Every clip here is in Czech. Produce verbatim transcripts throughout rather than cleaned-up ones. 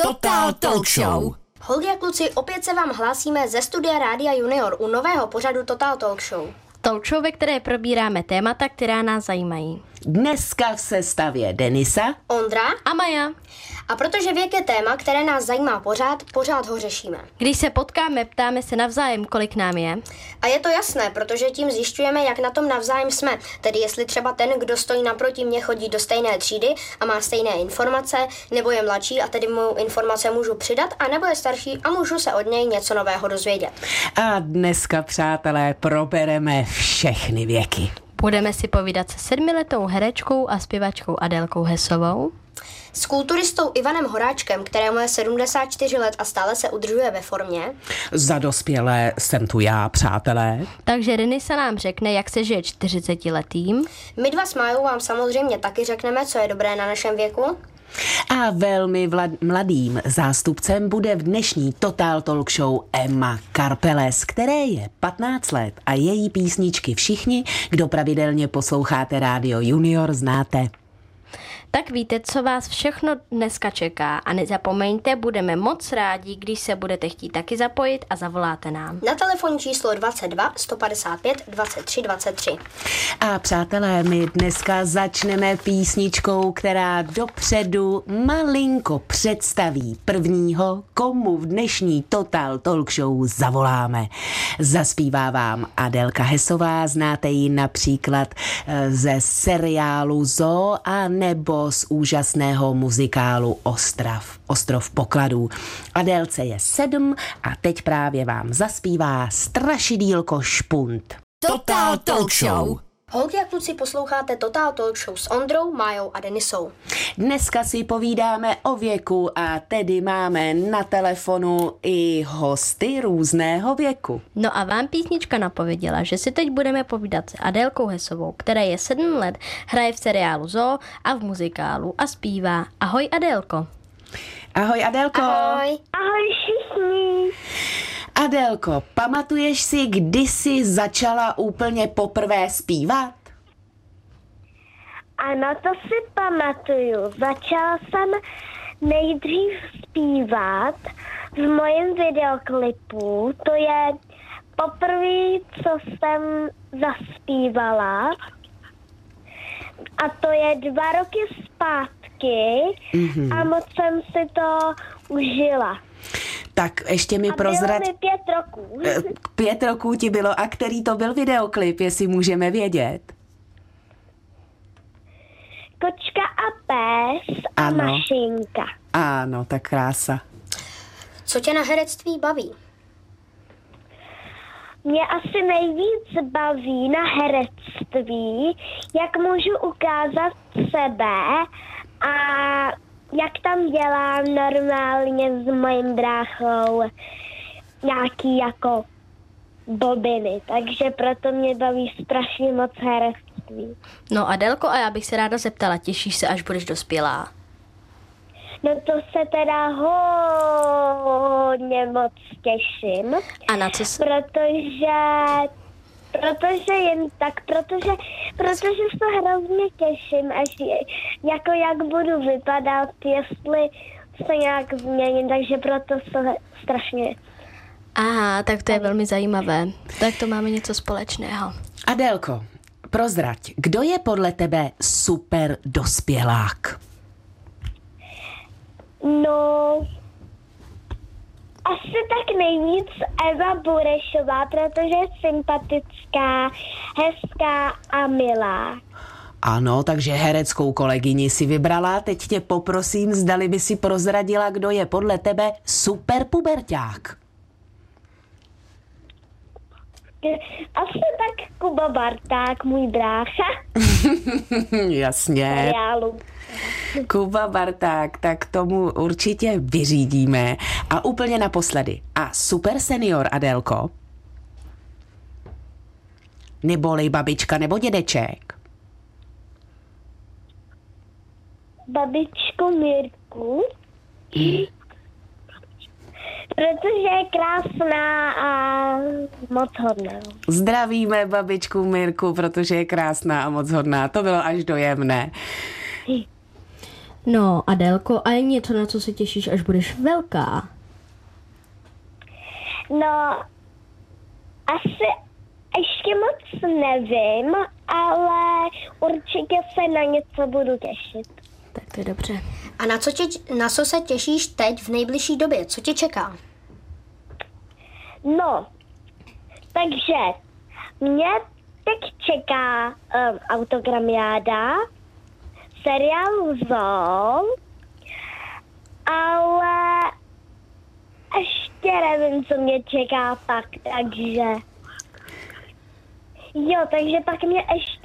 Total Talk Show. Holky a kluci, opět se vám hlásíme ze studia Rádia Junior u nového pořadu Total Talk Show. Talk show, ve které probíráme témata, která nás zajímají. Dneska v sestavě Denisa, Ondra a Maja. A protože věk je téma, které nás zajímá pořád, pořád ho řešíme. Když se potkáme, ptáme se navzájem, kolik nám je. A je to jasné, protože tím zjišťujeme, jak na tom navzájem jsme. Tedy jestli třeba ten, kdo stojí naproti mě, chodí do stejné třídy a má stejné informace, nebo je mladší a tedy mu informace můžu přidat, a nebo je starší a můžu se od něj něco nového dozvědět. A dneska, přátelé, probereme všechny věky. Budeme si povídat se sedmiletou herečkou a zpěvačkou Adélkou Hessovou, s kulturistou Ivanem Horáčkem, kterému je sedmdesát čtyři let a stále se udržuje ve formě. Za dospělé jsem tu já, přátelé. Takže Denisa nám řekne, jak se žije čtyřicetiletým. My dva s Majou vám samozřejmě taky řekneme, co je dobré na našem věku. A velmi vlad- mladým zástupcem bude v dnešní Total Talk Show Emma Karpeles, které je patnáct let a její písničky všichni, kdo pravidelně posloucháte Rádio Junior, znáte. Tak víte, co vás všechno dneska čeká a nezapomeňte, budeme moc rádi, když se budete chtít taky zapojit a zavoláte nám. Na telefonní číslo dvacet dva sto padesát pět dvacet tři dvacet tři. A přátelé, my dneska začneme písničkou, která dopředu malinko představí prvního, komu v dnešní Total Talk Show zavoláme. Zaspívá vám Adélka Hessová, znáte ji například ze seriálu Zoo a nebo z úžasného muzikálu Ostrov, Ostrov pokladů. Adélce je sedm a teď právě vám zaspívá strašidýlko Špunt. Total Talk Show. Holky a kluci, posloucháte Total Talk Show s Ondrou, Májou a Denisou. Dneska si povídáme o věku a tedy máme na telefonu i hosty různého věku. No a vám písnička napověděla, že si teď budeme povídat s Adélkou Hessovou, která je sedm let, hraje v seriálu Zoo a v muzikálu a zpívá. Ahoj, Adélko. Ahoj, Adélko. Ahoj. Ahoj všichni. Adélko, pamatuješ si, kdy jsi začala úplně poprvé zpívat? Ano, to si pamatuju. Začala jsem nejdřív zpívat v mojím videoklipu. To je poprvé, co jsem zaspívala. A to je dva roky zpátky mm-hmm. a moc jsem si to užila. Tak ještě mi a prozrať... bylo mi pět roků. Pět roků ti bylo. A který to byl videoklip, jestli můžeme vědět? Kočka a pes a Ano. mašinka. Ano, tak krása. Co tě na herectví baví? Mě asi nejvíc baví na herectví, jak můžu ukázat sebe a jak tam dělám normálně s mojím bráchou nějaký jako bobiny, takže proto mě baví strašně moc herectví. No Adélko, a já bych se ráda zeptala, těšíš se, až budeš dospělá? No to se teda hodně moc těším. A na co se... Protože, protože jen tak, protože, protože se hrozně těším, až je, jako jak budu vypadat, jestli se nějak změním, takže proto se strašně... Aha, tak to je velmi zajímavé. Tak to máme něco společného. Adélko, prozrať, kdo je podle tebe super dospělák? No, asi tak nejvíc Eva Burešová, protože je sympatická, hezká a milá. Ano, takže hereckou kolegyni si vybrala. Teď tě poprosím, zdali by si prozradila, kdo je podle tebe super puberťák. Asi tak Kuba Barták, můj brácha. Jasně. Seriálu. Kuba Barták, tak tomu určitě vyřídíme. A úplně naposledy. A super senior, Adélko? Neboli babička nebo dědeček? Babičku Mirku. Hmm. Protože je krásná a moc hodná. Zdravíme babičku Mirku, protože je krásná a moc hodná. To bylo až dojemné. No, Adélko, a je něco, na co se těšíš, až budeš velká? No, asi ještě moc nevím, ale určitě se na něco budu těšit. Tak to je dobře. A na co, tě, na co se těšíš teď v nejbližší době? Co tě čeká? No, takže mě teď čeká um, autogramiáda, seriál Zoo, ale ještě nevím, co mě čeká pak, takže... Jo, takže pak mě ještě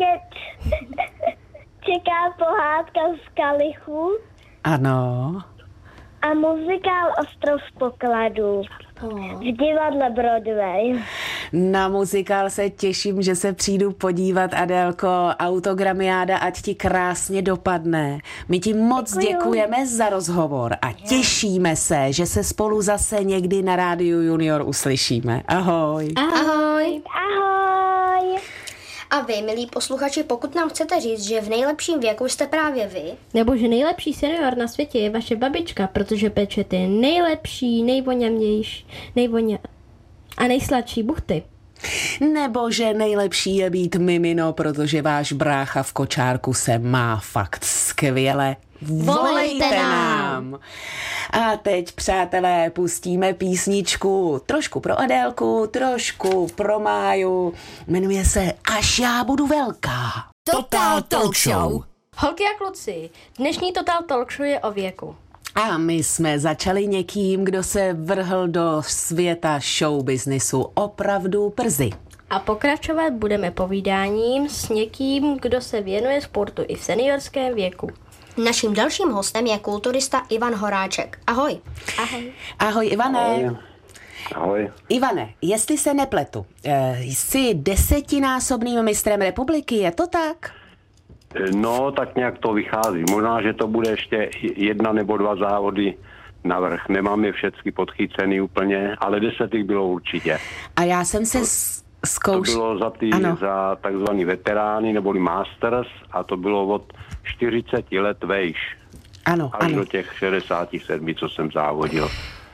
čeká pohádka z Kalichu. Ano. A muzikál Ostrov pokladů v divadle Broadway. Na muzikál se těším, že se přijdu podívat, Adélko. Autogramiáda, ať ti krásně dopadne. My ti moc Děkuju. Děkujeme za rozhovor a těšíme se, že se spolu zase někdy na Rádiu Junior uslyšíme. Ahoj. Ahoj. Ahoj. A vy, milí posluchači, pokud nám chcete říct, že v nejlepším věku jste právě vy, Nebo že nejlepší senior na světě je vaše babička, protože peče ty nejlepší, nejvoněmější, nejvoně... a nejsladší buchty. Nebo že nejlepší je být mimino, protože váš brácha v kočárku se má fakt skvěle. Volejte nám! A teď, přátelé, pustíme písničku trošku pro Adélku, trošku pro Máju. Jmenuje se Až já budu velká. Total Talk Show. Holky a kluci, dnešní Total Talk Show je o věku. A my jsme začali někým, kdo se vrhl do světa showbiznisu opravdu brzy. A pokračovat budeme povídáním s někým, kdo se věnuje sportu i v seniorském věku. naším dalším hostem je kulturista Ivan Horáček. Ahoj. Ahoj. Ahoj, Ivane. Ahoj. Ahoj. Ivane, jestli se nepletu, jsi desetinásobným mistrem republiky, je to tak? No, tak nějak to vychází. Možná, že to bude ještě jedna nebo dva závody navrch. Nemám je všechny podchycený úplně, ale deset jich bylo určitě. A já jsem se zkoušel... To bylo za, ty, za takzvaný veterány, neboli masters, a to bylo od čtyřicet let vejš. Ano, až ano. do těch šedesát sedm, co jsem závodil.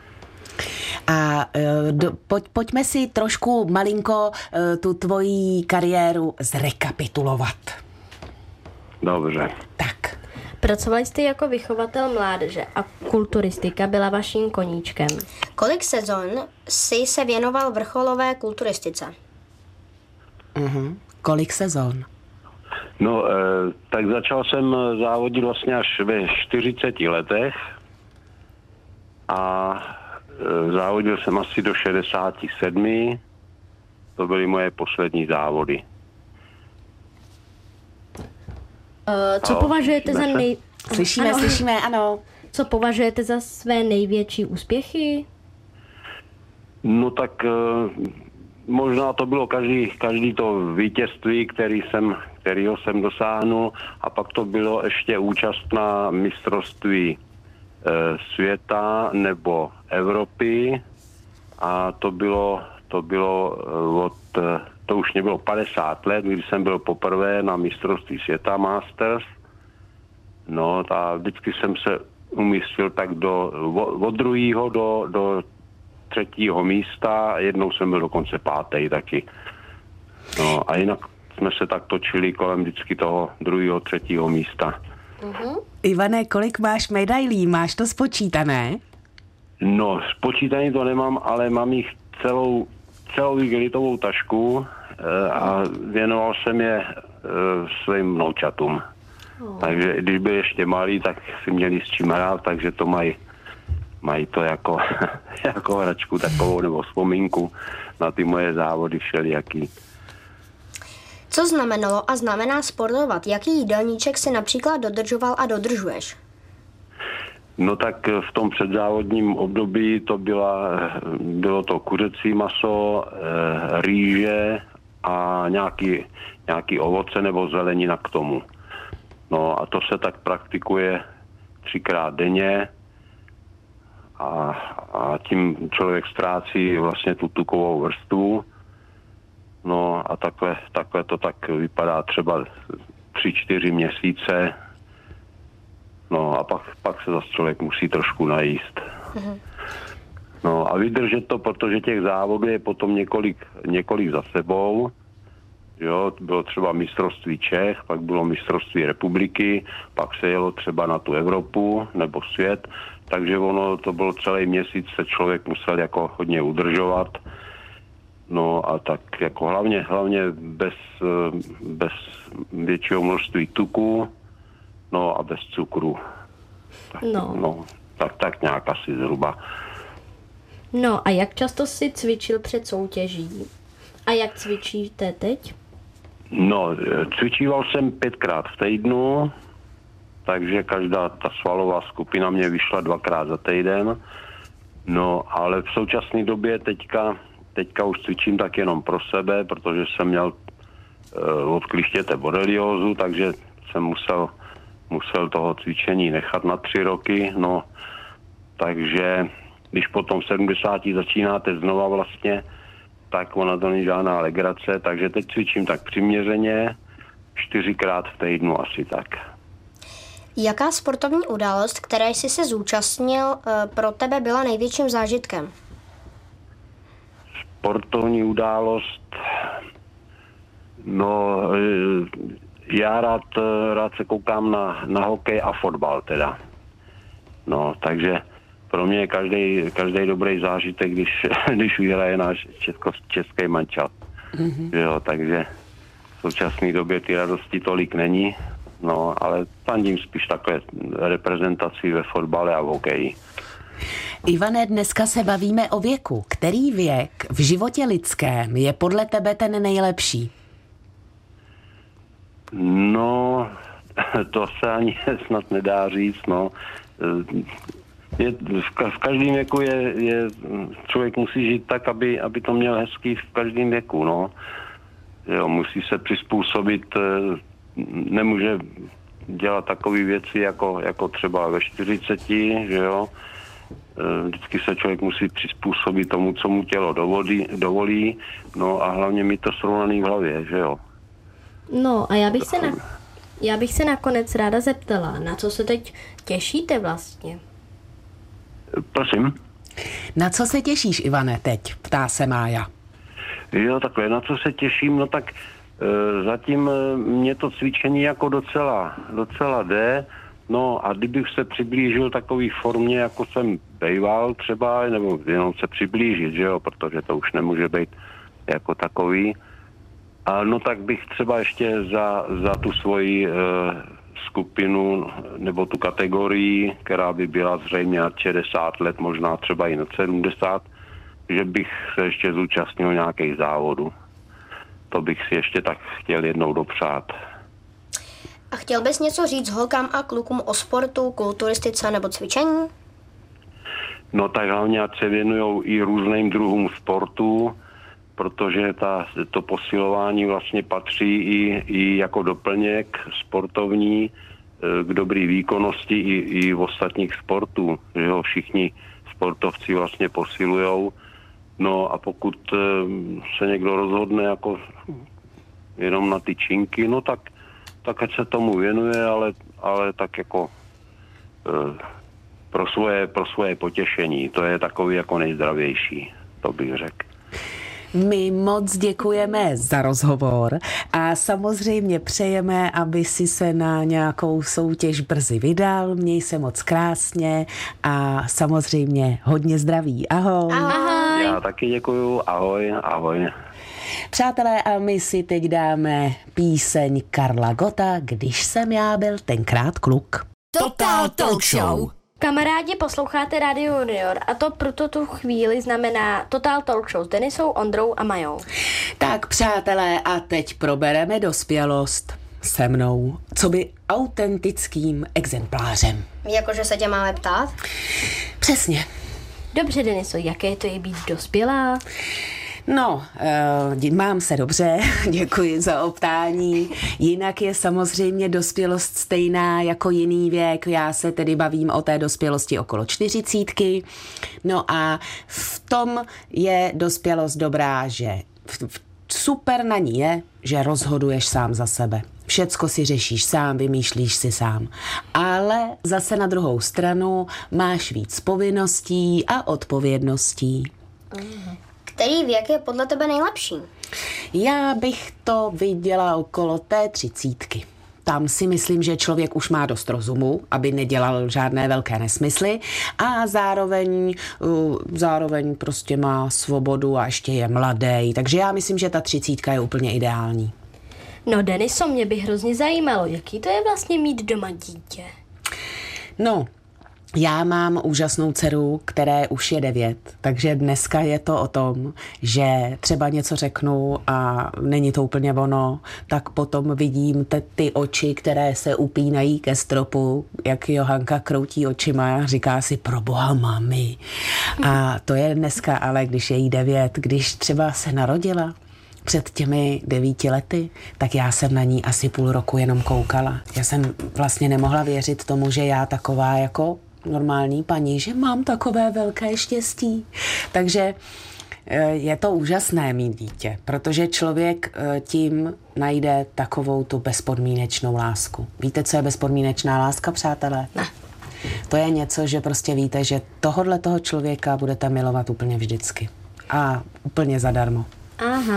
A do, pojď, pojďme si trošku malinko tu tvoji kariéru zrekapitulovat. Dobře. Tak. Pracovali jste jako vychovatel mládeže a kulturistika byla vaším koníčkem. Kolik sezon jsi se věnoval vrcholové kulturistice? Uh-huh. Kolik sezon? No, e, tak začal jsem závodit vlastně až ve čtyřiceti letech a e, závodil jsem asi do šedesáti sedmi. To byly moje poslední závody. Uh, co Halo, považujete za slyšíme nej... Slyšíme, ano. slyšíme, ano. Co považujete za své největší úspěchy? No tak e, možná to bylo každý, každý to vítězství, který jsem, kterýho jsem dosáhnul, a pak to bylo ještě účast na mistrovství e, světa nebo Evropy, a to bylo, to bylo od, to už mě bylo padesát let, když jsem byl poprvé na mistrovství světa Masters. No, a vždycky jsem se umístil tak do, od druhého do, do třetího místa, jednou jsem byl dokonce pátý taky. No a jinak jsme se tak točili kolem vždycky toho druhého, třetího místa. Uh-huh. Ivane, kolik máš medailí? Máš to spočítané? No, spočítaný to nemám, ale mám jich celou, celou igelitovou tašku e, a věnoval jsem je e, svým vnoučatům. Oh. Takže když byli ještě malí, tak si měli s čím hrát, takže to mají mají to jako, jako hračku takovou nebo vzpomínku na ty moje závody všelijaký. Co znamenalo a znamená sportovat? Jaký jídelníček si například dodržoval a dodržuješ? No tak v tom předzávodním období to byla, bylo to kuřecí maso, e, rýže a nějaký, nějaký ovoce nebo zelenina k tomu. No a to se tak praktikuje třikrát denně a, a tím člověk ztrácí vlastně tu tukovou vrstvu. No a takhle, takhle to tak vypadá třeba tři, čtyři měsíce. No a pak, pak se zase člověk musí trošku najíst. Mm-hmm. No a vydržet to, protože těch závodů je potom několik, několik za sebou. Jo, bylo třeba mistrovství Čech, pak bylo mistrovství republiky, pak se jelo třeba na tu Evropu nebo svět, takže ono to bylo celý měsíc, se člověk musel jako hodně udržovat. No a tak jako hlavně, hlavně bez, bez většího množství tuku, no a bez cukru. Tak, No. no tak, tak nějak asi zhruba. No a jak často jsi cvičil před soutěží? A jak cvičíte teď? No, cvičíval jsem pětkrát v týdnu, takže každá ta svalová skupina mě vyšla dvakrát za týden. No, ale v současné době teďka, teďka už cvičím tak jenom pro sebe, protože jsem měl uh, od klištěte boreliózu, takže jsem musel, musel toho cvičení nechat na tři roky. No, takže když potom v sedmdesáti začínáte znova vlastně, tak ona to není žádná legrace, takže teď cvičím tak přiměřeně, čtyřikrát v týdnu asi tak. Jaká sportovní událost, které jsi se zúčastnil, pro tebe byla největším zážitkem? Sportovní událost, no já rád, rád se koukám na, na hokej a fotbal teda. No, takže pro mě je každý, každý dobrý zážitek, když, když vyhraje náš česko, český mančat. Mm-hmm. Jo, takže v současné době ty radosti tolik není, no, ale fandím spíš takové reprezentaci ve fotbale a v hokeji. Ivane, dneska se bavíme o věku. Který věk v životě lidském je podle tebe ten nejlepší? No, to se ani snad nedá říct, no. Je, v každém věku je, je, člověk musí žít tak, aby, aby to měl hezký v každém věku, no. Jo, musí se přizpůsobit, nemůže dělat takové věci jako, jako třeba ve čtyřiceti, že jo. Vždycky se člověk musí přizpůsobit tomu, co mu tělo dovolí, dovolí, no a hlavně mít to srovnaný v hlavě, že jo. No a já bych se, na, já bych se nakonec ráda zeptala, na co se teď těšíte vlastně? Prosím? Na co se těšíš, Ivane, teď? Ptá se Mája. Jo, takhle, na co se těším, no tak e, zatím e, mě to cvičení jako docela, docela jde, no a kdybych se přiblížil takový formě, jako jsem bejval třeba, nebo jenom se přiblížit, že jo, protože to už nemůže být jako takový, a no tak bych třeba ještě za, za tu svoji e, skupinu nebo tu kategorii, která by byla zřejmě nad šedesát let, možná třeba i nad sedmdesát, že bych se ještě zúčastnil nějakých závodů. To bych si ještě tak chtěl jednou dopřát. A chtěl bys něco říct holkám a klukům o sportu, kulturistice nebo cvičení? No tak hlavně, ať se věnujou i různým druhům sportu, protože ta, to posilování vlastně patří i, i jako doplněk sportovní k dobrý výkonnosti i, i v ostatních sportů, že ho všichni sportovci vlastně posilujou. No a pokud se někdo rozhodne jako jenom na ty činky, no tak, tak ať se tomu věnuje, ale, ale tak jako pro svoje, pro svoje potěšení. To je takový jako nejzdravější, to bych řekl. My moc děkujeme za rozhovor a samozřejmě přejeme, aby si se na nějakou soutěž brzy vydal. Měj se moc krásně a samozřejmě hodně zdraví. Ahoj. Ahoj. Já taky děkuju. Ahoj, ahoj. Přátelé, a my si teď dáme píseň Karla Gotta, Když jsem já byl tenkrát kluk. Total Talk Show. Kamarádi, posloucháte Radio Junior a to pro tu chvíli znamená Total Talk Show s Denisou, Ondrou a Majou. Tak přátelé, a teď probereme dospělost se mnou, co by autentickým exemplářem. Jakože se tě máme ptát? Přesně. Dobře, Deniso, jaké to je být dospělá? No, uh, mám se dobře, děkuji za optání. Jinak je samozřejmě dospělost stejná jako jiný věk. Já se tedy bavím o té dospělosti okolo čtyřicítky. No a v tom je dospělost dobrá, že v, v, super na ní je, že rozhoduješ sám za sebe. všecko si řešíš sám, vymýšlíš si sám. Ale zase na druhou stranu máš víc povinností a odpovědností. Který věk je podle tebe nejlepší? Já bych to viděla okolo té třicítky. Tam si myslím, že člověk už má dost rozumu, aby nedělal žádné velké nesmysly a zároveň, zároveň prostě má svobodu a ještě je mladý. Takže já myslím, že ta třicítka je úplně ideální. No Deniso, mě by hrozně zajímalo, jaký to je vlastně mít doma dítě. No, já mám úžasnou dceru, které už je devět, takže dneska je to o tom, že třeba něco řeknu a není to úplně ono, tak potom vidím te, ty oči, které se upínají ke stropu, jak Johanka kroutí očima a říká si, proboha mami. A to je dneska, ale když je jí devět, když třeba se narodila před těmi devíti lety, tak já jsem na ní asi půl roku jenom koukala. Já jsem vlastně nemohla věřit tomu, že já taková jako normální paní, že mám takové velké štěstí. Takže je to úžasné mít dítě, protože člověk tím najde takovou tu bezpodmínečnou lásku. Víte, co je bezpodmínečná láska, přátelé? Ne. To je něco, že prostě víte, že tohodle toho člověka budete milovat úplně vždycky. A úplně zadarmo. Aha.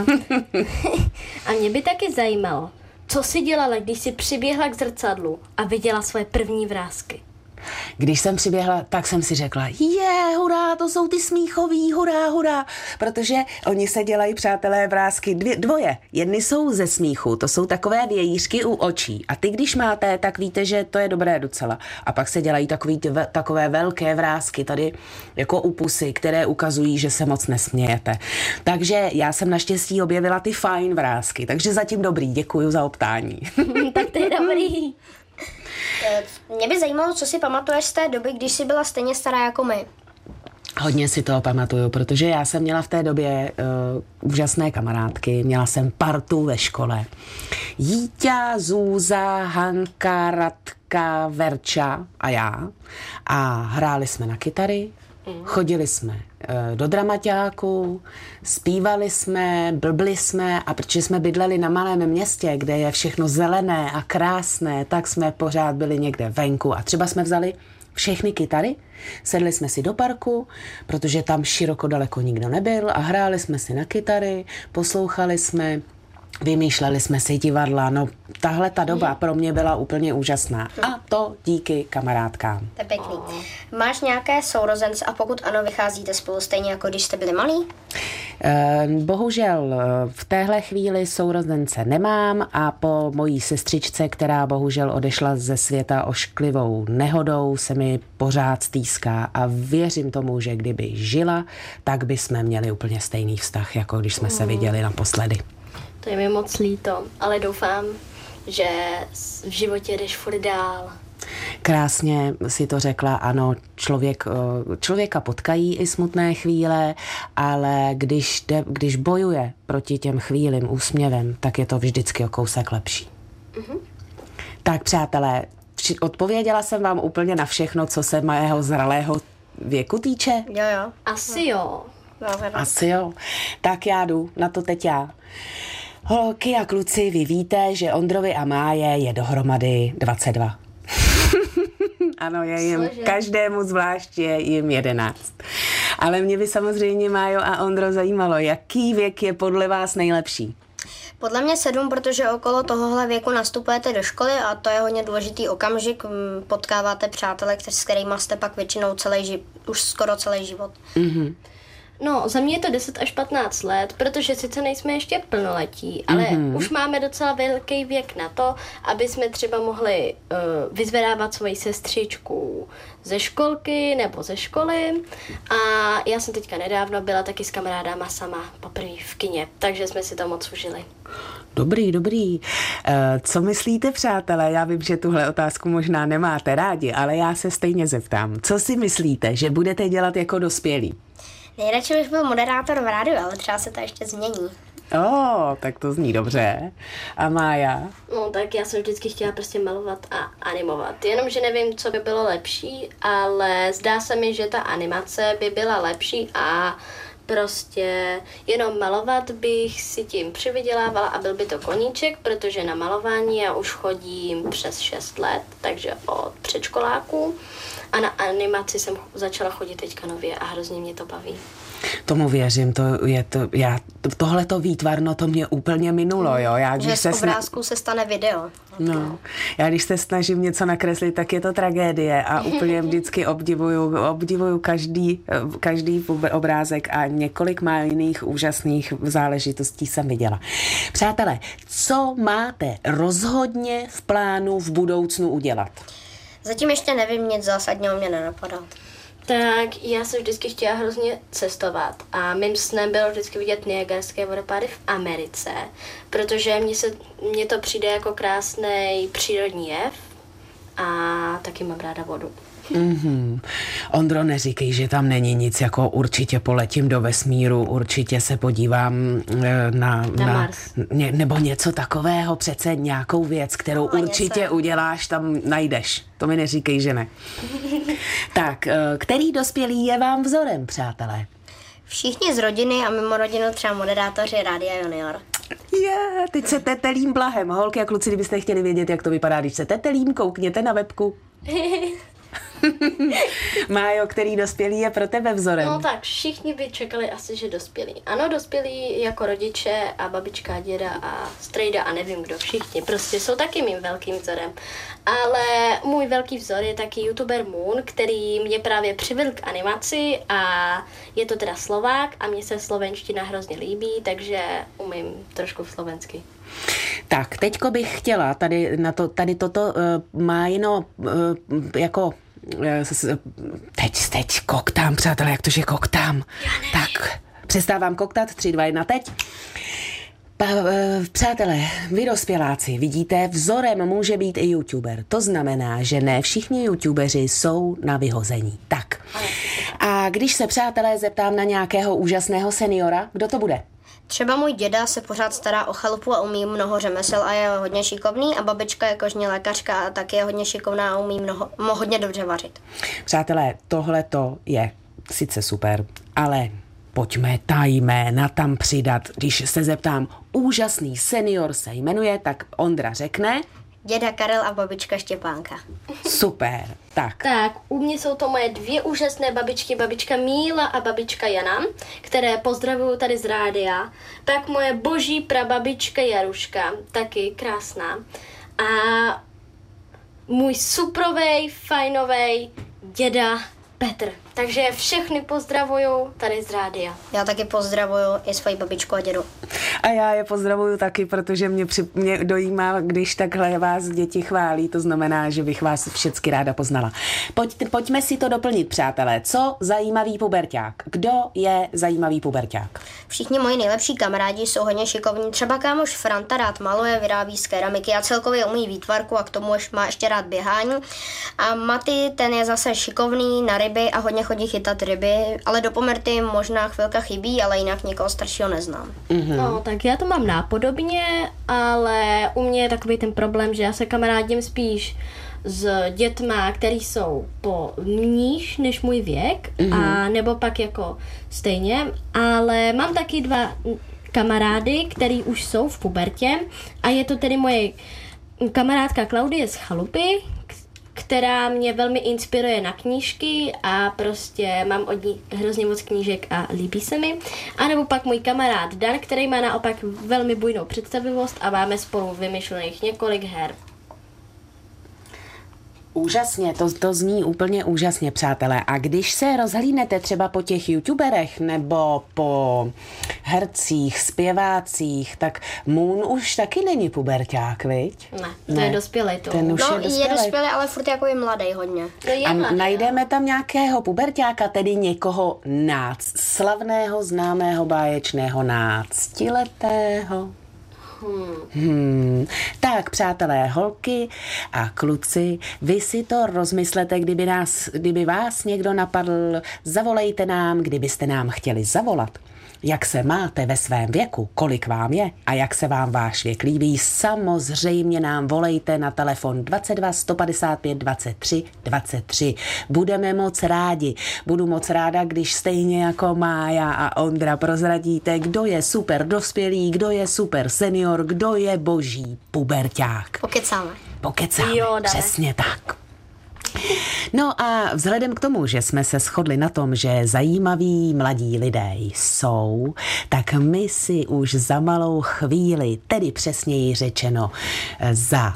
A mě by taky zajímalo, co jsi dělala, když jsi přiběhla k zrcadlu a viděla svoje první vrásky. Když jsem přiběhla, tak jsem si řekla, je, hurá, to jsou ty smíchový, hurá, hurá, protože oni se dělají, přátelé, vrásky dvě, dvoje. Jedny jsou ze smíchu, to jsou takové vějířky u očí a ty, když máte, tak víte, že to je dobré docela. A pak se dělají takový, tve, takové velké vrásky tady jako u pusy, které ukazují, že se moc nesmějete. Takže já jsem naštěstí objevila ty fajn vrásky, takže zatím dobrý, děkuju za optání. Tak to je dobrý. Mě by zajímalo, co si pamatuješ z té doby, když jsi byla stejně stará jako my. Hodně si toho pamatuju, protože já jsem měla v té době uh, úžasné kamarádky, měla jsem partu ve škole. Jíťa, Zůza, Hanka, Radka, Verča a já. A hráli jsme na kytary, chodili jsme uh, do dramaťáku, zpívali jsme, blbli jsme a protože jsme bydleli na malém městě, kde je všechno zelené a krásné, tak jsme pořád byli někde venku a třeba jsme vzali všechny kytary, sedli jsme si do parku, protože tam široko daleko nikdo nebyl a hráli jsme si na kytary, poslouchali jsme, vymýšleli jsme si divadla, no tahle ta doba pro mě byla úplně úžasná a to díky kamarádkám. To je pěkný. Máš nějaké sourozence a pokud ano, vycházíte spolu stejně jako když jste byli malí? Bohužel v téhle chvíli sourozence nemám a po mojí sestřičce, která bohužel odešla ze světa ošklivou nehodou, se mi pořád stýská a věřím tomu, že kdyby žila, tak by jsme měli úplně stejný vztah, jako když jsme se viděli naposledy. To je mi moc líto, ale doufám, že v životě jdeš furt dál. Krásně si to řekla, ano, člověk, člověka potkají i smutné chvíle, ale když, de, když bojuje proti těm chvílim úsměvem, tak je to vždycky o kousek lepší. Mm-hmm. Tak přátelé, odpověděla jsem vám úplně na všechno, co se mého zralého věku týče? Jo, jo. Asi jo. Asi jo. Tak já jdu, na to teď já. Holky a kluci, vy víte, že Ondrovi a Máje je dohromady dvacet dva. Ano, je jim, Cože? Každému zvlášť je jim jedenáct. Ale mě by samozřejmě, Májo a Ondro, zajímalo, jaký věk je podle vás nejlepší? Podle mě sedm, protože okolo tohohle věku nastupujete do školy a to je hodně důležitý okamžik. Potkáváte přátele, s kterými jste pak většinou celý ži- už skoro celý život. Mhm. No, za mě je to deset až patnáct let, protože sice nejsme ještě plnoletí, ale mm-hmm. už máme docela velký věk na to, aby jsme třeba mohli uh, vyzvedávat svoji sestřičku ze školky nebo ze školy. A já jsem teďka nedávno byla taky s kamarádama sama poprvé v kině, takže jsme si to moc užili. Dobrý, dobrý. E, co myslíte, přátelé? Já vím, že tuhle otázku možná nemáte rádi, ale já se stejně zeptám. Co si myslíte, že budete dělat jako dospělí? Nejradši bych byl moderátor v rádiu, ale třeba se to ještě změní. Ó, oh, tak to zní dobře. A Mája? No tak já jsem vždycky chtěla prostě malovat a animovat. Jenomže nevím, co by bylo lepší, ale zdá se mi, že ta animace by byla lepší a prostě jenom malovat bych si tím přivydělávala a byl by to koníček, protože na malování já už chodím přes šest let, takže od předškoláků a na animaci jsem začala chodit teďka nově a hrozně mě to baví. Tomu věřím, to je to, já, tohleto výtvarno, to mě úplně minulo, jo. Já, že když z se obrázku se stane video. No, já když se snažím něco nakreslit, tak je to tragédie a úplně vždycky obdivuju, obdivuju každý, každý obrázek a několik má jiných úžasných záležitostí jsem viděla. Přátelé, co máte rozhodně v plánu v budoucnu udělat? Zatím ještě nevím, nic zásadního mě nenapadá. Tak já jsem vždycky chtěla hrozně cestovat a mým snem bylo vždycky vidět Niagarské vodopády v Americe, protože mně, se, mně to přijde jako krásný přírodní jev a taky mám ráda vodu. Mm-hmm. Ondro, neříkej, že tam není nic, jako určitě poletím do vesmíru, určitě se podívám na, na, na Mars. Ně, nebo něco takového, přece nějakou věc, kterou no, určitě něco. uděláš, tam najdeš. To mi neříkej, že ne. Tak, který dospělý je vám vzorem, přátelé? Všichni z rodiny a mimo rodinu třeba moderátoři Rádia Junior. Je, yeah, teď se tetelím blahem. Holky a kluci, kdybyste chtěli vědět, jak to vypadá, když se tetelím, koukněte na webku. Májo, který dospělý je pro tebe vzorem? No tak všichni by čekali asi, že dospělí. Ano, dospělí jako rodiče a babička, a děda a strejda a nevím kdo, všichni. Prostě jsou taky mým velkým vzorem. Ale můj velký vzor je taky youtuber Moon, který mě právě přivedl k animaci a je to teda Slovák a mně se slovenština hrozně líbí, takže umím trošku slovensky. Tak, teďko bych chtěla, tady, na to, tady toto uh, má jenom uh, jako Teď, teď, koktám, přátelé, jak to, že koktám? Tak, přestávám koktat, tři, dva, jedna, teď. Pa, přátelé, vy dospěláci, vidíte, vzorem může být i youtuber. To znamená, že ne všichni youtubeři jsou na vyhození. Tak, a když se, přátelé, zeptám na nějakého úžasného seniora, kdo to bude? Třeba můj děda se pořád stará o chalupu a umí mnoho řemesel a je hodně šikovný a babička je kožní lékařka a taky je hodně šikovná a umí mnoho, hodně dobře vařit. Přátelé, tohleto je sice super, ale pojďme ta jména tam přidat. Když se zeptám, úžasný senior se jmenuje, tak Ondra řekne... Děda Karel a babička Štěpánka. Super, tak. Tak, u mě jsou to moje dvě úžasné babičky, babička Míla a babička Jana, které pozdravuju tady z rádia. Pak moje boží prababička Jaruška, taky krásná. A můj suprovej, fajnovej děda Petr. Takže všechny pozdravuju tady z rádia. Já taky pozdravuju i svoji babičku a dědu. A já je pozdravuju taky, protože mě, při, mě dojímá, když takhle vás děti chválí, to znamená, že bych vás všechny ráda poznala. Pojď, pojďme si to doplnit, přátelé. Co zajímavý puberťák? Kdo je zajímavý puberťák? Všichni moji nejlepší kamarádi jsou hodně šikovní. Třeba kámoš Franta rád maluje, vyrábí z keramiky a celkově umí výtvarku a k tomu má ještě rád běhání. A Maty, ten je zase šikovný na ryby a hodně chodí chytat ryby, ale do Pomerty možná chvilka chybí, ale jinak někoho staršího neznám. Mm-hmm. No, tak já to mám nápodobně, ale u mě je takový ten problém, že já se kamarádím spíš s dětma, který jsou po níž než můj věk, mm-hmm. a nebo pak jako stejně, ale mám taky dva kamarády, který už jsou v pubertě a je to tedy moje kamarádka Klaudie z Chalupy, která mě velmi inspiruje na knížky a prostě mám od ní hrozně moc knížek a líbí se mi. A nebo pak můj kamarád Dan, který má naopak velmi bujnou představivost a máme spolu vymyšlených několik her. Úžasně, to, to zní úplně úžasně, přátelé. A když se rozhlídnete třeba po těch youtuberech nebo po hercích, zpěvácích, tak Moon už taky není puberťák, viď? Ne, to ne. je dospělej to. Ten už no, je dospělej. je dospělej, ale furt jako je mladý hodně. No je A mladý, najdeme tam nějakého puberťáka, tedy někoho nác, slavného, známého, báječného náctiletého. Hmm. Hmm. Tak, přátelé, holky a kluci, vy si to rozmyslete, kdyby, nás, kdyby vás někdo napadl, zavolejte nám, kdybyste nám chtěli zavolat. Jak se máte ve svém věku, kolik vám je a jak se vám váš věk líbí, samozřejmě nám volejte na telefon dvacet dva sto padesát pět dvacet tři dvacet tři. Budeme moc rádi. Budu moc ráda, když stejně jako Mája a Ondra prozradíte, kdo je super dospělý, kdo je super senior, kdo je boží puberťák. Pokecáme. Pokecáme, Jo, přesně tak. No a vzhledem k tomu, že jsme se shodli na tom, že zajímaví mladí lidé jsou, tak my si už za malou chvíli, tedy přesněji řečeno za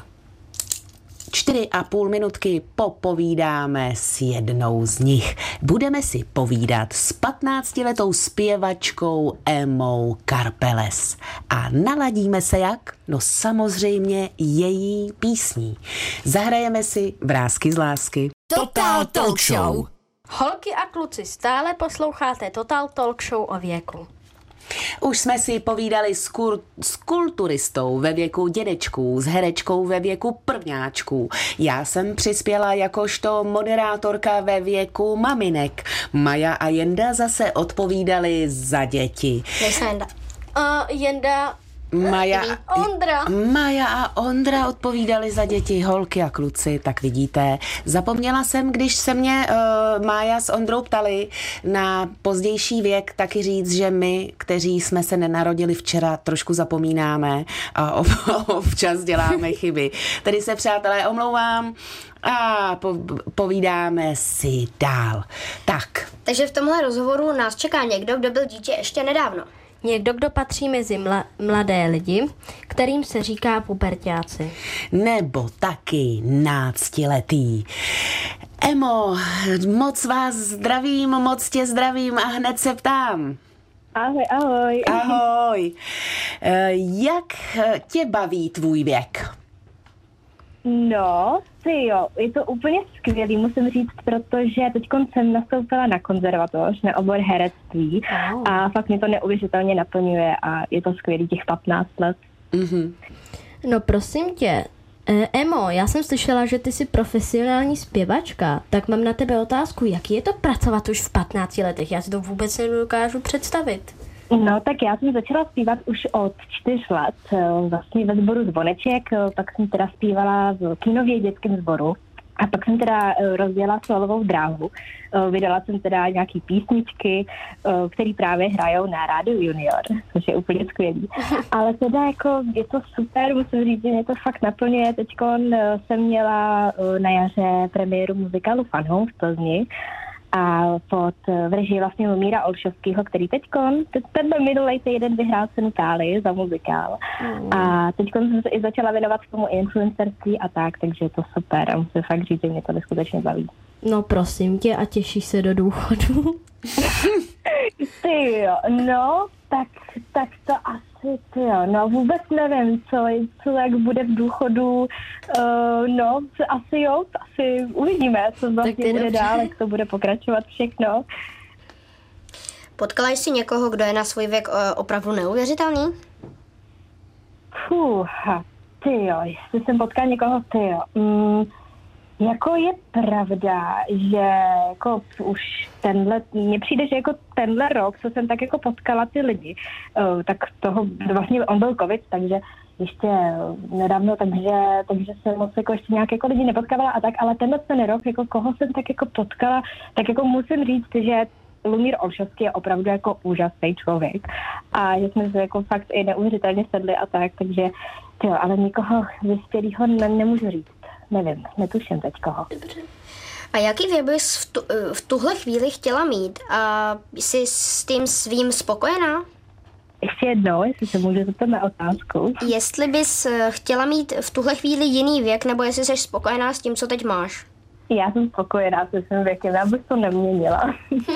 čtyři a půl minutky popovídáme s jednou z nich. Budeme si povídat s patnáctiletou zpěvačkou Emou Karpeles. A naladíme se jak? No samozřejmě její písní. Zahrajeme si Vrásky z lásky. Total Talk Show. Holky a kluci, stále posloucháte Total Talk Show o věku. Už jsme si povídali s, kur, s kulturistou ve věku dědečků, s herečkou ve věku prvňáčků. Já jsem přispěla jakožto moderátorka ve věku maminek. Maja a Jenda zase odpovídali za děti. Nejsem Jenda. A Jenda... Maja, Ondra. Maja a Ondra odpovídali za děti, holky a kluci, tak vidíte. Zapomněla jsem, když se mě uh, Mája s Ondrou ptali na pozdější věk, taky říct, že my, kteří jsme se nenarodili včera, trošku zapomínáme a občas děláme chyby. Tedy se, přátelé, omlouvám a po, povídáme si dál. Tak. Takže v tomhle rozhovoru nás čeká někdo, kdo byl dítě ještě nedávno. Někdo, kdo patří mezi mla, mladé lidi, kterým se říká puberťáci. Nebo taky náctiletý. Emo, moc vás zdravím, moc tě zdravím a hned se ptám. Ahoj, ahoj. Ahoj. Jak tě baví tvůj věk? No, ty jo, je to úplně skvělý, musím říct, protože teď jsem nastoupila na konzervatoř, na obor herectví oh. a fakt mě to neuvěřitelně naplňuje a je to skvělý těch patnáct let. Mm-hmm. No prosím tě, Emo, já jsem slyšela, že ty jsi profesionální zpěvačka, tak mám na tebe otázku, jaký je to pracovat už v patnácti letech? Já si to vůbec nedokážu představit. No, tak já jsem začala zpívat už od čtyř let, vlastně ve sboru Zvoneček, pak jsem teda zpívala v Kínově dětském sboru a pak jsem teda rozjela solovou dráhu. Vydala jsem teda nějaký písničky, které právě hrajou na Rádiu Junior, což je úplně skvělý. Ale teda jako je to super, musím říct, že mě to fakt naplňuje. Teďkon jsem měla na jaře premiéru muzikálu Fun Home v Plzni, a pod v režii vlastně Lumíra Olšovského, který teďkon, tenhle minulej týden vyhrál cenu Táli za muzikál. Mm. A teďkon jsem se i začala věnovat tomu influencerství a tak, takže je to super a musím fakt říct, že mě to neskutečně baví. No prosím tě, a těšíš se do důchodu? Ty jo, no, tak, tak to asi, ty jo, no vůbec nevím, co, co jak bude v důchodu, uh, no, asi jo, asi uvidíme, co vlastně bude dál, jak to bude pokračovat všechno. Potkala jsi někoho, kdo je na svůj věk uh, opravdu neuvěřitelný? Fuh, ty jo, jestli jsem potkala někoho, ty jo, mm, jako je pravda, že jako už tenhle, mně přijde, že jako tenhle rok, co jsem tak jako potkala ty lidi, uh, tak toho, vlastně on byl covid, takže ještě nedávno, takže, takže jsem moc jako ještě nějak jako lidi nepotkávala a tak, ale tenhle ten rok, jako koho jsem tak jako potkala, tak jako musím říct, že Lumír Olšovský je opravdu jako úžasný člověk a že jsme se jako fakt i neuvěřitelně sedli a tak, takže jo, ale nikoho vyspělýho ne, nemůžu říct. Nevím, netuším teď koho. A jaký věk bys v, tu, v tuhle chvíli chtěla mít? A jsi s tím svým spokojená? Ještě jednou, jestli se můžu zeptat na otázku. Jestli bys chtěla mít v tuhle chvíli jiný věk, nebo jestli jsi spokojená s tím, co teď máš? Já jsem spokojená se svým věkem, já bych to neměnila.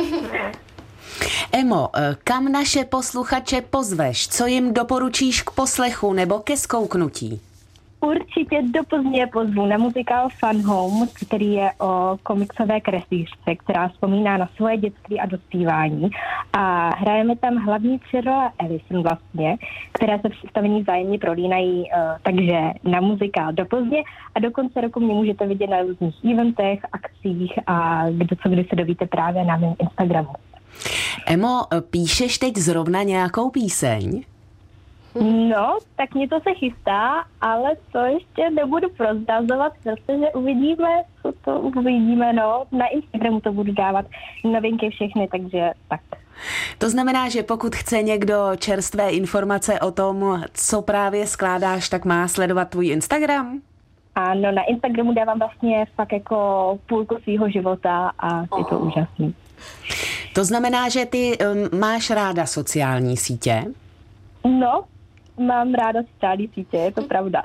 Emo, kam naše posluchače pozveš? Co jim doporučíš k poslechu nebo ke zkouknutí? Určitě do Plzně pozvu na muzikál Fun Home, který je o komiksové kreslířce, která vzpomíná na svoje dětství a dospívání. A hrajeme tam hlavní tři role Alison vlastně, které se v představení vzájemně prolínají, uh, takže na muzikál do Plzně a do konce roku mě můžete vidět na různých eventech, akcích a kdo co kdy se dovíte právě na mém Instagramu. Emo, píšeš teď zrovna nějakou píseň? No, tak mě to se chystá, ale to ještě nebudu prozrazovat, protože uvidíme, co to uvidíme, no. Na Instagramu to budu dávat novinky všechny, takže tak. To znamená, že pokud chce někdo čerstvé informace o tom, co právě skládáš, tak má sledovat tvůj Instagram? Ano, na Instagramu dávám vlastně fakt jako půlku svýho života a je to úžasný. To znamená, že ty um, máš ráda sociální sítě? No, mám ráda sociální sítě, je to pravda.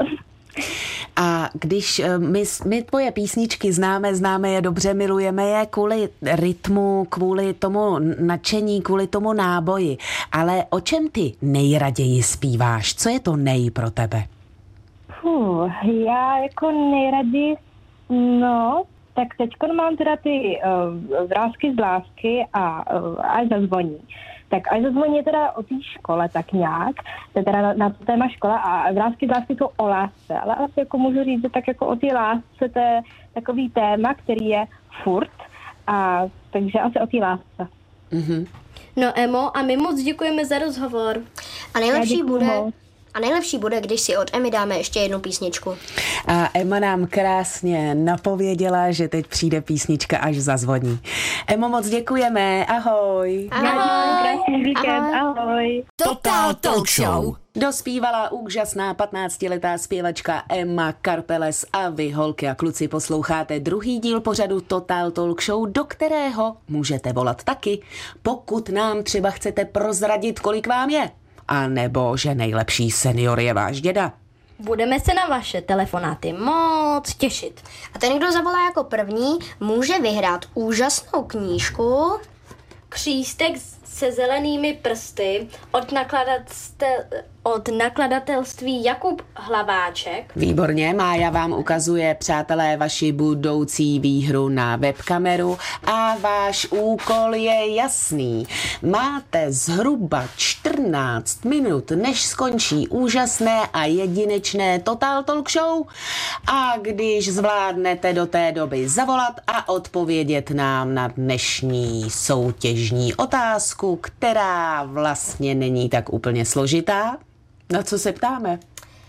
A když my, my tvoje písničky známe, známe je dobře, milujeme je kvůli rytmu, kvůli tomu nadšení, kvůli tomu náboji. Ale o čem ty nejraději zpíváš? Co je to nej pro tebe? Fuh, já jako nejraději, no, tak teďko mám teda ty uh, vrásky z lásky a uh, až zazvoní. Tak až zazvoní je teda o té škole tak nějak, to je teda na, na to téma škola a vrásky z lásky jsou o lásce, ale asi jako můžu říct, že tak jako o té lásce to je takový téma, který je furt, a takže asi o té lásce. Mm-hmm. No Emo, a my moc děkujeme za rozhovor. A nejlepší bude... moc. A nejlepší bude, když si od Emy dáme ještě jednu písničku. A Emma nám krásně napověděla, že teď přijde písnička, až zazvoní. Emo, moc děkujeme, ahoj. Ahoj. Krásný víkend, ahoj. Total Talk Show. Dospívala úžasná patnáctiletá zpěvačka Emma Karpeles a vy, holky a kluci, posloucháte druhý díl pořadu Total Talk Show, do kterého můžete volat taky, pokud nám třeba chcete prozradit, kolik vám je. A nebo že nejlepší senior je váš děda. Budeme se na vaše telefonáty moc těšit. A ten, kdo zavolá jako první, může vyhrát úžasnou knížku. Křístek se zelenými prsty od, nakladatel, od nakladatelství Jakub Hlaváček. Výborně, Mája vám ukazuje, přátelé, vaši budoucí výhru na webkameru a váš úkol je jasný. Máte zhruba čtrnáct minut, než skončí úžasné a jedinečné Total Talk Show, a když zvládnete do té doby zavolat a odpovědět nám na dnešní soutěžní otázku, která vlastně není tak úplně složitá. Na co se ptáme?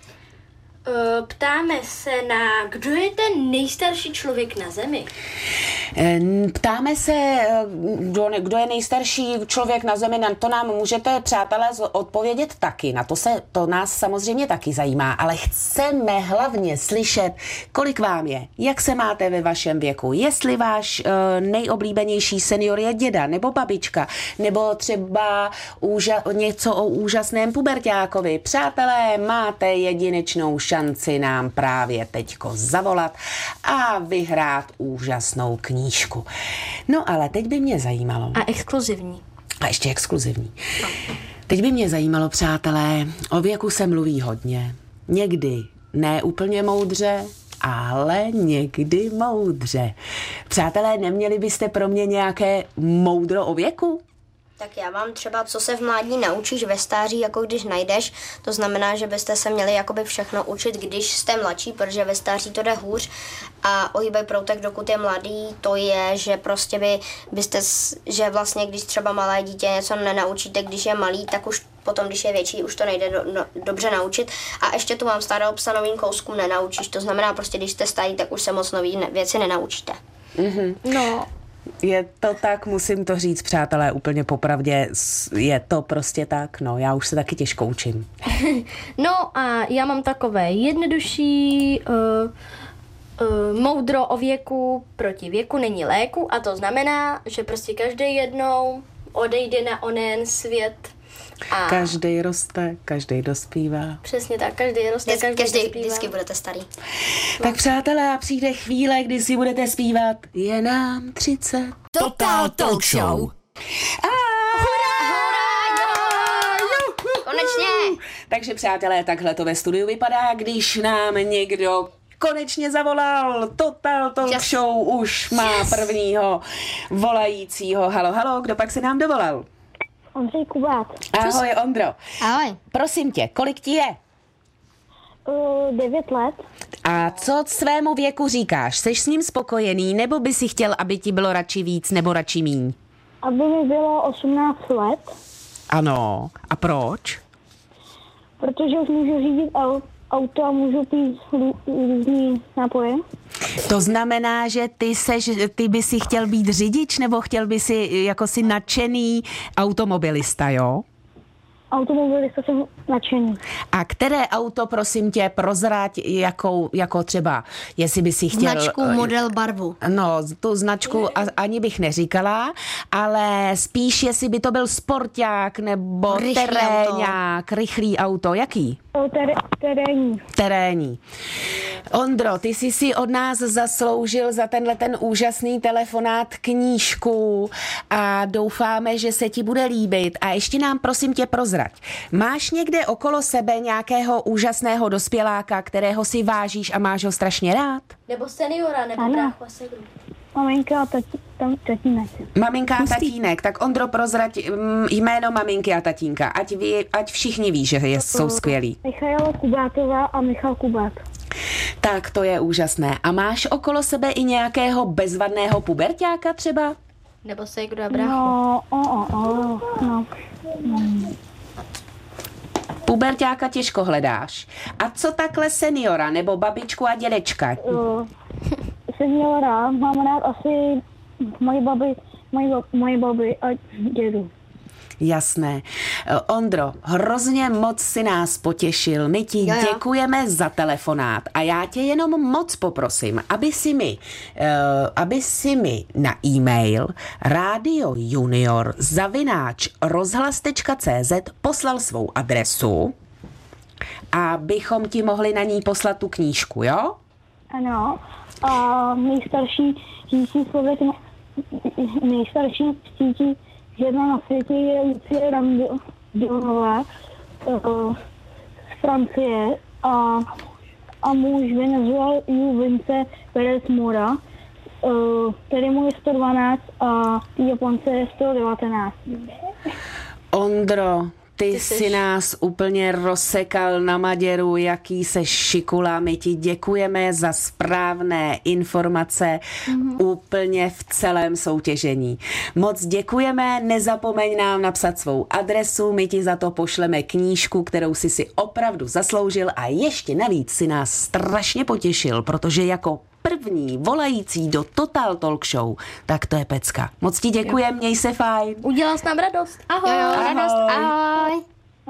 Ptáme se na, kdo je ten nejstarší člověk na Zemi? Ptáme se, kdo, kdo je nejstarší člověk na Zemi, na to nám můžete, přátelé, odpovědět taky. Na to, se, to nás samozřejmě taky zajímá, ale chceme hlavně slyšet, kolik vám je, jak se máte ve vašem věku, jestli váš uh, nejoblíbenější senior je děda nebo babička, nebo třeba úža, něco o úžasném puberťákovi. Přátelé, máte jedinečnou šanci nám právě teďko zavolat a vyhrát úžasnou knížku. No ale teď by mě zajímalo. A exkluzivní. A ještě exkluzivní. Teď by mě zajímalo, přátelé, o věku se mluví hodně. Někdy ne úplně moudře, ale někdy moudře. Přátelé, neměli byste pro mě nějaké moudro o věku? Tak já vám třeba, co se v mládí naučíš, ve stáří, jako když najdeš, to znamená, že byste se měli jakoby všechno učit, když jste mladší, protože ve stáří to jde hůř a ohýbej proutek, dokud je mladý, to je, že prostě by, byste, že vlastně, když třeba malé dítě něco nenaučíte, když je malý, tak už potom, když je větší, už to nejde do, no, dobře naučit. A ještě tu mám starého psa, novým kouskům nenaučíš, to znamená prostě, když jste starý, tak už se moc nový věci nenaučíte. Mm-hmm. No, je to tak, musím to říct, přátelé, úplně popravdě, je to prostě tak, no, já už se taky těžko učím. No a já mám takové jednodušší uh, uh, moudro o věku, proti věku není léku, a to znamená, že prostě každý jednou odejde na onen svět. A každý roste, každý dospívá. Přesně tak, každý roste, Vždy, každý, každý dospívá. vždycky budete starý. Tak přátelé, a přijde chvíle, kdy si budete zpívat Je nám třicet. Total Talk Show. Konečně! Takže přátelé, takhle to ve studiu vypadá, když nám někdo konečně zavolal. Total Talk Yes. Show už má Yes. prvního volajícího. Halo, halo, kdo pak se nám dovolal? Ondřej Kubát. Ahoj, Ondro. Ahoj. Prosím tě, kolik ti je? Uh, devět let. A co svému věku říkáš? Seš s ním spokojený, nebo by si chtěl, aby ti bylo radši víc, nebo radši míň? aby mi bylo osmnáct let, Ano. A proč? protože už můžu řídit au- auto a můžu pít rů- různý nápoje. To znamená, že ty, seš, ty by si chtěl být řidič, nebo chtěl by si jako si nadšený automobilista, jo? Automobilista jsem nadšený. A které auto, prosím tě, prozrať, jakou, jako třeba, jestli by si chtěl... Značku, model, barvu. No, tu značku a, ani bych neříkala, ale spíš, jestli by to byl sporták nebo Rychlý teréňák, rychlý auto. Jaký? Ter- terénní. Terénní. Ondro, ty jsi si od nás zasloužil za tenhle ten úžasný telefonát knížku a doufáme, že se ti bude líbit. A ještě nám prosím tě prozrať. Máš někde okolo sebe nějakého úžasného dospěláka, kterého si vážíš a máš ho strašně rád? Nebo seniora, nebo Ano. bráchu a segru. Maminka a tati- tam tatínek. Maminka a tatínek, tak Ondro, prozrať mm, jméno maminky a tatínka, ať, ví, ať všichni ví, že je, jsou skvělí. Michaela Kubátová a Michal Kubát. Tak to je úžasné. A máš okolo sebe i nějakého bezvadného puberťáka třeba? Nebo segru a bráchu. No, o, o, o, no. Puberťáka těžko hledáš. A co takhle seniora nebo babičku a dědečka? Uh, seniora, mám rád asi moje baby, moje, ba- moje baby a dědu. Jasné. Ondro, hrozně moc si nás potěšil. My ti Jo, jo. děkujeme za telefonát a já tě jenom moc poprosím, aby si mi, uh, aby si mi na e-mail radio junior zavináč rozhlas tečka cé zet poslal svou adresu, abychom ti mohli na ní poslat tu knížku, jo? Ano, a nejstarší žijící člověk, nejstarší cítí žena na světě je Lucie Randionová z Francie a, a muž Venezuel Vince Perez Mora, uh, který mu je sto dvanáct a Japonce je sto devatenáct. Ondro, ty, Ty jsi seš- nás úplně rozsekal na maděru, jaký se šikula. My ti děkujeme za správné informace mm-hmm. úplně v celém soutěžení. Moc děkujeme, nezapomeň nám napsat svou adresu, my ti za to pošleme knížku, kterou jsi si opravdu zasloužil a ještě navíc si nás strašně potěšil, protože jako první volající do Total Talk Show, tak to je pecka. Moc ti děkujem, měj se fajn. Udělal jsi nám radost. Ahoj. Jo, jo, radost, ahoj.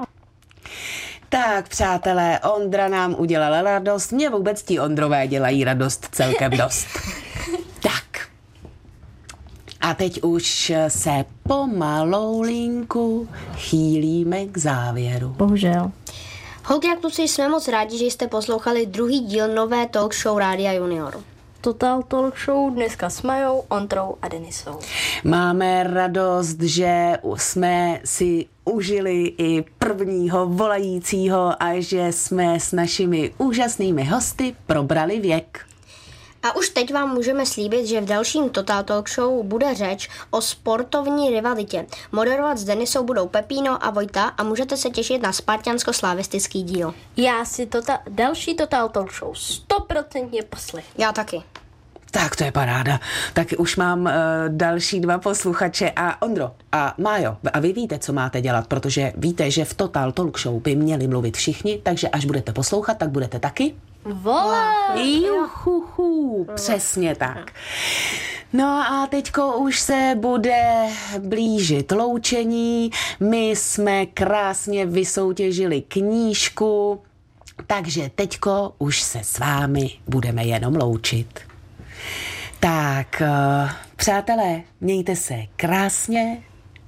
Tak, přátelé, Ondra nám udělala radost. Mě vůbec ti Ondrové dělají radost celkem dost. Tak. A teď už se pomalolinku chýlíme k závěru. Bohužel. Holky a kluci, jsme moc rádi, že jste poslouchali druhý díl nové talk show Rádia Junior. Total Talk Show dneska s Majou, Ondrou a Denisou. Máme radost, že jsme si užili i prvního volajícího a že jsme s našimi úžasnými hosty probrali věk. A už teď vám můžeme slíbit, že v dalším Total Talk Show bude řeč o sportovní rivalitě. Moderovat s Denisou budou Pepíno a Vojta a můžete se těšit na spartiansko-slavistický díl. Já si tota, další Total Talk Show stoprocentně poslechnu. Já taky. Tak to je paráda. Tak už mám uh, další dva posluchače a Ondro a Májo, a vy víte, co máte dělat, protože víte, že v Total Talk Show by měli mluvit všichni, takže až budete poslouchat, tak budete taky. Volá! Juchuchu, přesně tak. No a teďko už se bude blížit loučení. My jsme krásně vysoutěžili knížku, takže teďko už se s vámi budeme jenom loučit. Tak, přátelé, mějte se krásně.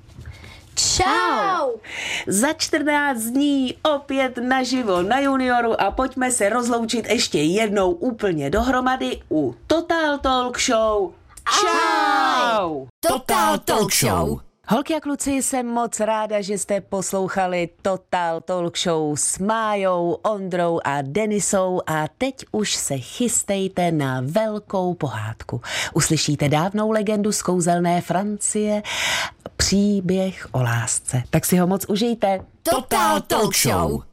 Čau! Za čtrnáct dní opět naživo na Junioru a pojďme se rozloučit ještě jednou úplně dohromady u Total Talk Show. Čau! Total Talk Show. Holky a kluci, jsem moc ráda, že jste poslouchali Total Talk Show s Májou, Ondrou a Denisou a teď už se chystejte na velkou pohádku. Uslyšíte dávnou legendu z kouzelné Francie, příběh o lásce. Tak si ho moc užijte. Total Talk Show.